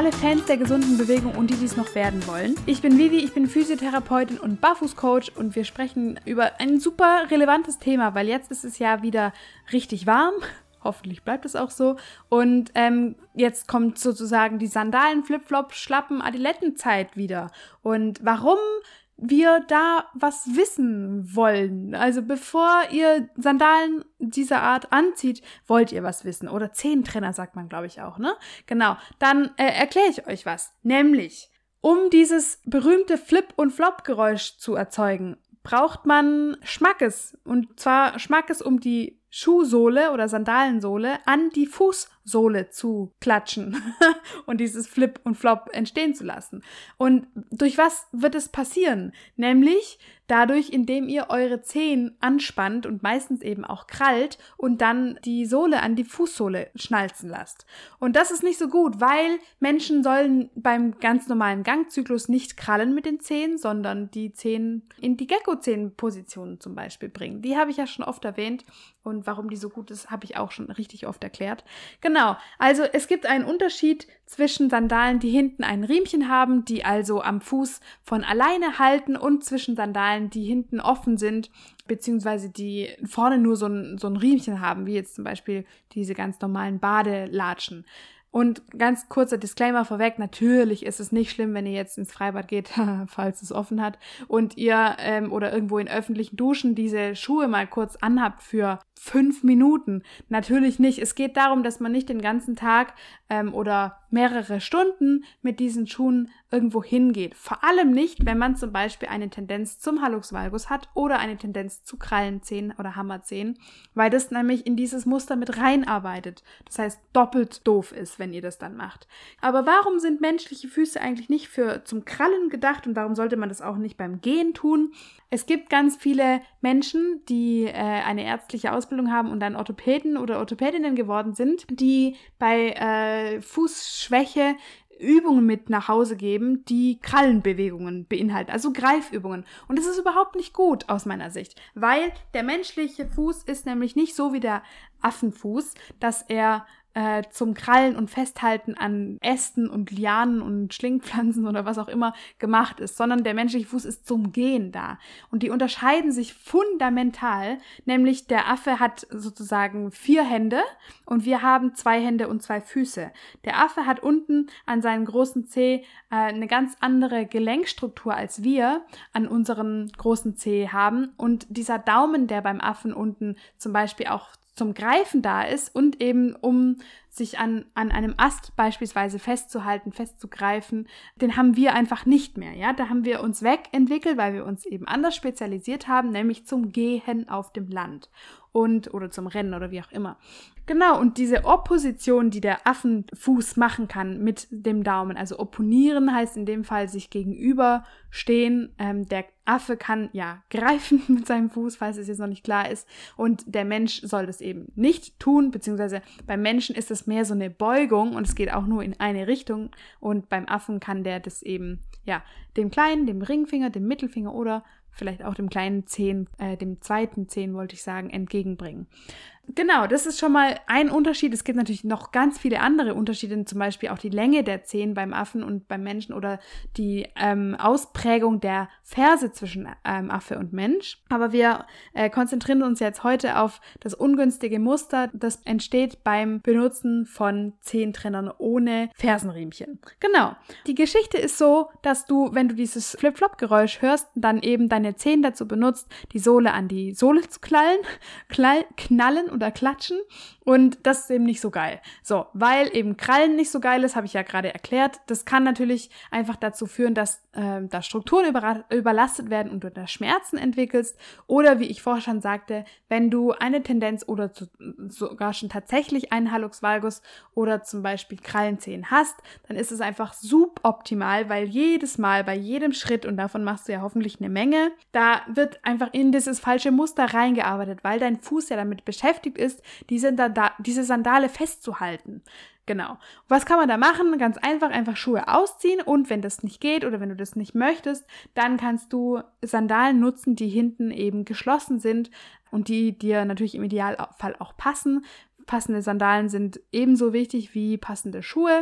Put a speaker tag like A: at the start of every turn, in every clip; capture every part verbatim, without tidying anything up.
A: alle Fans der gesunden Bewegung und die, die es noch werden wollen. Ich bin Vivi, ich bin Physiotherapeutin und Barfußcoach und wir sprechen über ein super relevantes Thema, weil jetzt ist es ja wieder richtig warm. Hoffentlich bleibt es auch so. Und ähm, jetzt kommt sozusagen die Sandalen, Flip-Flop, Schlappen, Adilettenzeit wieder. Und warum wir da was wissen wollen. Also bevor ihr Sandalen dieser Art anzieht, wollt ihr was wissen. Oder Zehentrenner sagt man, glaube ich, auch, ne? Genau. Dann äh, erkläre ich euch was. Nämlich, um dieses berühmte Flip- und Flop-Geräusch zu erzeugen, braucht man Schmackes. Und zwar Schmackes, um die Schuhsohle oder Sandalensohle an die Fußsohle zu klatschen und dieses Flip und Flop entstehen zu lassen. Und durch was wird es passieren? Nämlich dadurch, indem ihr eure Zehen anspannt und meistens eben auch krallt und dann die Sohle an die Fußsohle schnalzen lasst. Und das ist nicht so gut, weil Menschen sollen beim ganz normalen Gangzyklus nicht krallen mit den Zehen, sondern die Zehen in die Gecko-Zehenposition zum Beispiel bringen. Die habe ich ja schon oft erwähnt. Und warum die so gut ist, habe ich auch schon richtig oft erklärt. Genau, also es gibt einen Unterschied zwischen Sandalen, die hinten ein Riemchen haben, die also am Fuß von alleine halten, und zwischen Sandalen, die hinten offen sind, beziehungsweise die vorne nur so ein, so ein Riemchen haben, wie jetzt zum Beispiel diese ganz normalen Badelatschen. Und ganz kurzer Disclaimer vorweg, natürlich ist es nicht schlimm, wenn ihr jetzt ins Freibad geht, falls es offen hat, und ihr ähm, oder irgendwo in öffentlichen Duschen diese Schuhe mal kurz anhabt für fünf Minuten. Natürlich nicht. Es geht darum, dass man nicht den ganzen Tag ähm, oder mehrere Stunden mit diesen Schuhen irgendwo hingeht. Vor allem nicht, wenn man zum Beispiel eine Tendenz zum Hallux valgus hat oder eine Tendenz zu Krallenzehen oder Hammerzehen, weil das nämlich in dieses Muster mit reinarbeitet. Das heißt, doppelt doof ist, wenn ihr das dann macht. Aber warum sind menschliche Füße eigentlich nicht für zum Krallen gedacht und warum sollte man das auch nicht beim Gehen tun? Es gibt ganz viele Menschen, die äh, eine ärztliche Ausbildung haben und dann Orthopäden oder Orthopädinnen geworden sind, die bei äh, Fußschwäche Übungen mit nach Hause geben, die Krallenbewegungen beinhalten, also Greifübungen. Und das ist überhaupt nicht gut aus meiner Sicht, weil der menschliche Fuß ist nämlich nicht so wie der Affenfuß, dass er äh, zum Krallen und Festhalten an Ästen und Lianen und Schlingpflanzen oder was auch immer gemacht ist, sondern der menschliche Fuß ist zum Gehen da. Und die unterscheiden sich fundamental, nämlich der Affe hat sozusagen vier Hände und wir haben zwei Hände und zwei Füße. Der Affe hat unten an seinem großen Zeh äh, eine ganz andere Gelenkstruktur als wir an unserem großen Zeh haben, und dieser Daumen, der beim Affen unten zum Beispiel auch zum Greifen da ist und eben um sich an, an einem Ast beispielsweise festzuhalten, festzugreifen, den haben wir einfach nicht mehr, ja. Da haben wir uns wegentwickelt, weil wir uns eben anders spezialisiert haben, nämlich zum Gehen auf dem Land und oder zum Rennen oder wie auch immer. Genau, und diese Opposition, die der Affenfuß machen kann mit dem Daumen, also opponieren heißt in dem Fall sich gegenüberstehen. Ähm, der Affe kann ja greifen mit seinem Fuß, falls es jetzt noch nicht klar ist, und der Mensch soll das eben nicht tun, beziehungsweise beim Menschen ist es mehr so eine Beugung und es geht auch nur in eine Richtung, und beim Affen kann der das eben, ja, dem kleinen, dem Ringfinger, dem Mittelfinger oder vielleicht auch dem kleinen Zehen, äh, dem zweiten Zehen wollte ich sagen, entgegenbringen. Genau, das ist schon mal ein Unterschied. Es gibt natürlich noch ganz viele andere Unterschiede, zum Beispiel auch die Länge der Zehen beim Affen und beim Menschen oder die ähm, Ausprägung der Ferse zwischen ähm, Affe und Mensch. Aber wir äh, konzentrieren uns jetzt heute auf das ungünstige Muster, das entsteht beim Benutzen von Zehentrennern ohne Fersenriemchen. Genau. Die Geschichte ist so, dass du, wenn du dieses Flip-Flop-Geräusch hörst, dann eben deine Zehen dazu benutzt, die Sohle an die Sohle zu knallen, knall, knallen oder klatschen, und das ist eben nicht so geil. So, weil eben Krallen nicht so geil ist, habe ich ja gerade erklärt. Das kann natürlich einfach dazu führen, dass äh, da Strukturen über, überlastet werden und du da Schmerzen entwickelst, oder wie ich vorher schon sagte, wenn du eine Tendenz oder zu, sogar schon tatsächlich einen Hallux valgus oder zum Beispiel Krallenzehen hast, dann ist es einfach suboptimal, weil jedes Mal bei jedem Schritt, und davon machst du ja hoffentlich eine Menge, da wird einfach in dieses falsche Muster reingearbeitet, weil dein Fuß ja damit beschäftigt ist, diese, da, diese Sandale festzuhalten. Genau. Was kann man da machen? Ganz einfach, einfach Schuhe ausziehen, und wenn das nicht geht oder wenn du das nicht möchtest, dann kannst du Sandalen nutzen, die hinten eben geschlossen sind und die dir natürlich im Idealfall auch passen. Passende Sandalen sind ebenso wichtig wie passende Schuhe.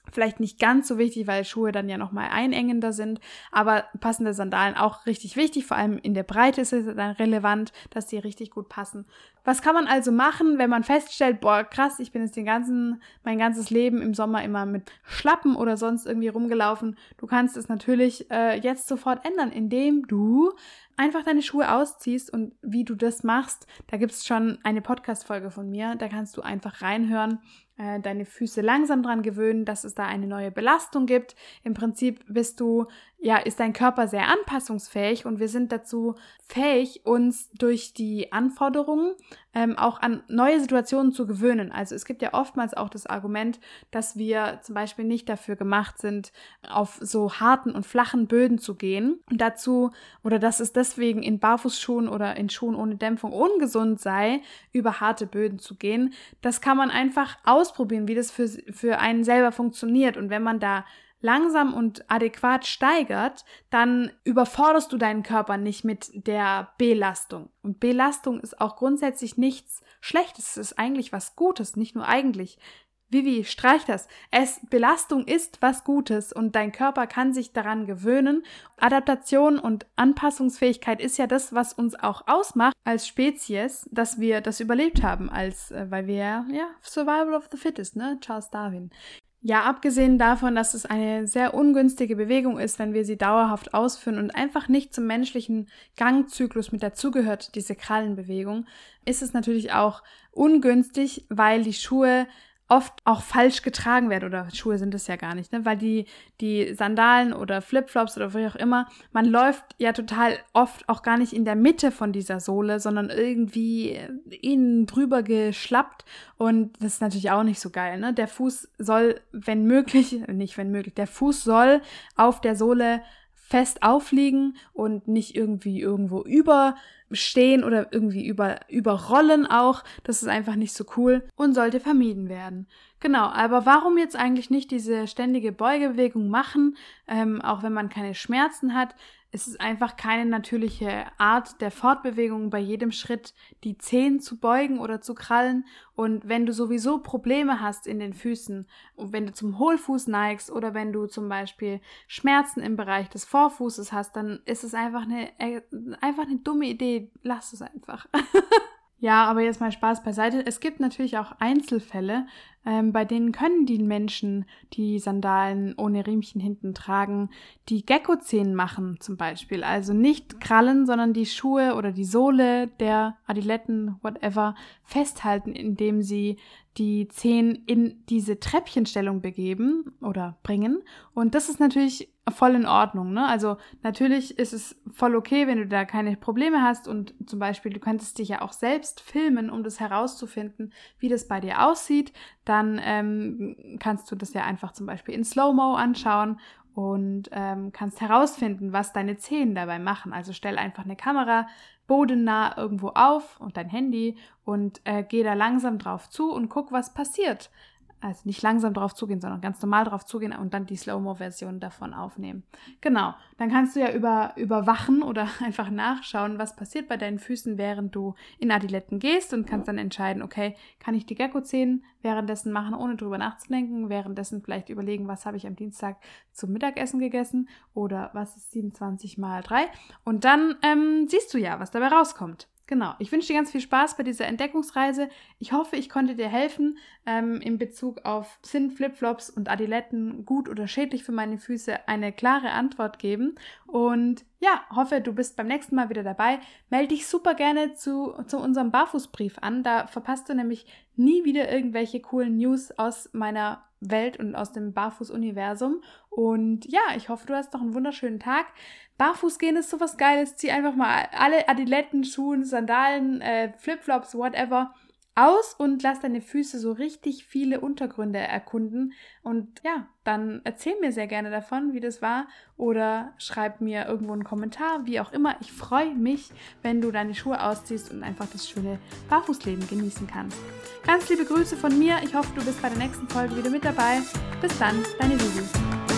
A: Vielleicht nicht ganz so wichtig, weil Schuhe dann ja nochmal einengender sind, aber passende Sandalen auch richtig wichtig, vor allem in der Breite ist es dann relevant, dass die richtig gut passen. Was kann man also machen, wenn man feststellt, boah krass, ich bin jetzt den ganzen, mein ganzes Leben im Sommer immer mit Schlappen oder sonst irgendwie rumgelaufen. Du kannst es natürlich äh, jetzt sofort ändern, indem du einfach deine Schuhe ausziehst, und wie du das machst, da gibt es schon eine Podcast-Folge von mir, da kannst du einfach reinhören, äh, deine Füße langsam dran gewöhnen, dass es da eine neue Belastung gibt. Im Prinzip bist du, ja, ist dein Körper sehr anpassungsfähig, und wir sind dazu fähig, uns durch die Anforderungen ähm, auch an neue Situationen zu gewöhnen. Also es gibt ja oftmals auch das Argument, dass wir zum Beispiel nicht dafür gemacht sind, auf so harten und flachen Böden zu gehen. Und dazu, oder dass es deswegen in Barfußschuhen oder in Schuhen ohne Dämpfung ungesund sei, über harte Böden zu gehen. Das kann man einfach ausprobieren, wie das für, für einen selber funktioniert. Und wenn man da langsam und adäquat steigert, dann überforderst du deinen Körper nicht mit der Belastung. Und Belastung ist auch grundsätzlich nichts Schlechtes, es ist eigentlich was Gutes, nicht nur eigentlich. Vivi, streich das. Es, Belastung ist was Gutes, und dein Körper kann sich daran gewöhnen. Adaptation und Anpassungsfähigkeit ist ja das, was uns auch ausmacht als Spezies, dass wir das überlebt haben, als, äh, weil wir, ja, Survival of the Fittest, ne, Charles Darwin. Ja, abgesehen davon, dass es eine sehr ungünstige Bewegung ist, wenn wir sie dauerhaft ausführen und einfach nicht zum menschlichen Gangzyklus mit dazugehört, diese Krallenbewegung, ist es natürlich auch ungünstig, weil die Schuhe oft auch falsch getragen werden, oder Schuhe sind es ja gar nicht, ne? Weil die, die Sandalen oder Flipflops oder wie auch immer, man läuft ja total oft auch gar nicht in der Mitte von dieser Sohle, sondern irgendwie innen drüber geschlappt, und das ist natürlich auch nicht so geil, ne? Der Fuß soll, wenn möglich, nicht wenn möglich, der Fuß soll auf der Sohle fest aufliegen und nicht irgendwie irgendwo überstehen oder irgendwie über, überrollen auch. Das ist einfach nicht so cool und sollte vermieden werden. Genau, aber warum jetzt eigentlich nicht diese ständige Beugebewegung machen, ähm, auch wenn man keine Schmerzen hat? Es ist einfach keine natürliche Art der Fortbewegung, bei jedem Schritt die Zehen zu beugen oder zu krallen. Und wenn du sowieso Probleme hast in den Füßen, wenn du zum Hohlfuß neigst oder wenn du zum Beispiel Schmerzen im Bereich des Vorfußes hast, dann ist es einfach eine, einfach eine dumme Idee. Lass es einfach. Ja, aber jetzt mal Spaß beiseite. Es gibt natürlich auch Einzelfälle, ähm, bei denen können die Menschen, die Sandalen ohne Riemchen hinten tragen, die Gecko-Zehen machen zum Beispiel. Also nicht Krallen, sondern die Schuhe oder die Sohle der Adiletten, whatever, festhalten, indem sie die Zehen in diese Treppchenstellung begeben oder bringen. Und das ist natürlich voll in Ordnung, ne? Also natürlich ist es voll okay, wenn du da keine Probleme hast, und zum Beispiel, du könntest dich ja auch selbst filmen, um das herauszufinden, wie das bei dir aussieht. Dann ähm, kannst du das ja einfach zum Beispiel in Slow-Mo anschauen und ähm, kannst herausfinden, was deine Zehen dabei machen. Also stell einfach eine Kamera bodennah irgendwo auf und dein Handy und äh, geh da langsam drauf zu und guck, was passiert. Also nicht langsam drauf zugehen, sondern ganz normal drauf zugehen und dann die Slow-Mo-Version davon aufnehmen. Genau, dann kannst du ja über, überwachen oder einfach nachschauen, was passiert bei deinen Füßen, während du in Adiletten gehst, und kannst dann entscheiden, okay, kann ich die Gecko-Zehen währenddessen machen, ohne drüber nachzudenken, währenddessen vielleicht überlegen, was habe ich am Dienstag zum Mittagessen gegessen oder was ist siebenundzwanzig mal drei, und dann ähm, siehst du ja, was dabei rauskommt. Genau, ich wünsche dir ganz viel Spaß bei dieser Entdeckungsreise. Ich hoffe, ich konnte dir helfen ähm, in Bezug auf, sind Flipflops und Adiletten gut oder schädlich für meine Füße, eine klare Antwort geben. Und ja, hoffe, du bist beim nächsten Mal wieder dabei. Melde dich super gerne zu, zu unserem Barfußbrief an. Da verpasst du nämlich nie wieder irgendwelche coolen News aus meiner Welt und aus dem Barfuß-Universum. Und ja, ich hoffe, du hast noch einen wunderschönen Tag. Barfuß gehen ist sowas Geiles. Zieh einfach mal alle Adiletten, Schuhen, Sandalen, äh, Flipflops, whatever aus und lass deine Füße so richtig viele Untergründe erkunden. Und ja, dann erzähl mir sehr gerne davon, wie das war, oder schreib mir irgendwo einen Kommentar, wie auch immer. Ich freue mich, wenn du deine Schuhe ausziehst und einfach das schöne Barfußleben genießen kannst. Ganz liebe Grüße von mir. Ich hoffe, du bist bei der nächsten Folge wieder mit dabei. Bis dann, deine Vivi.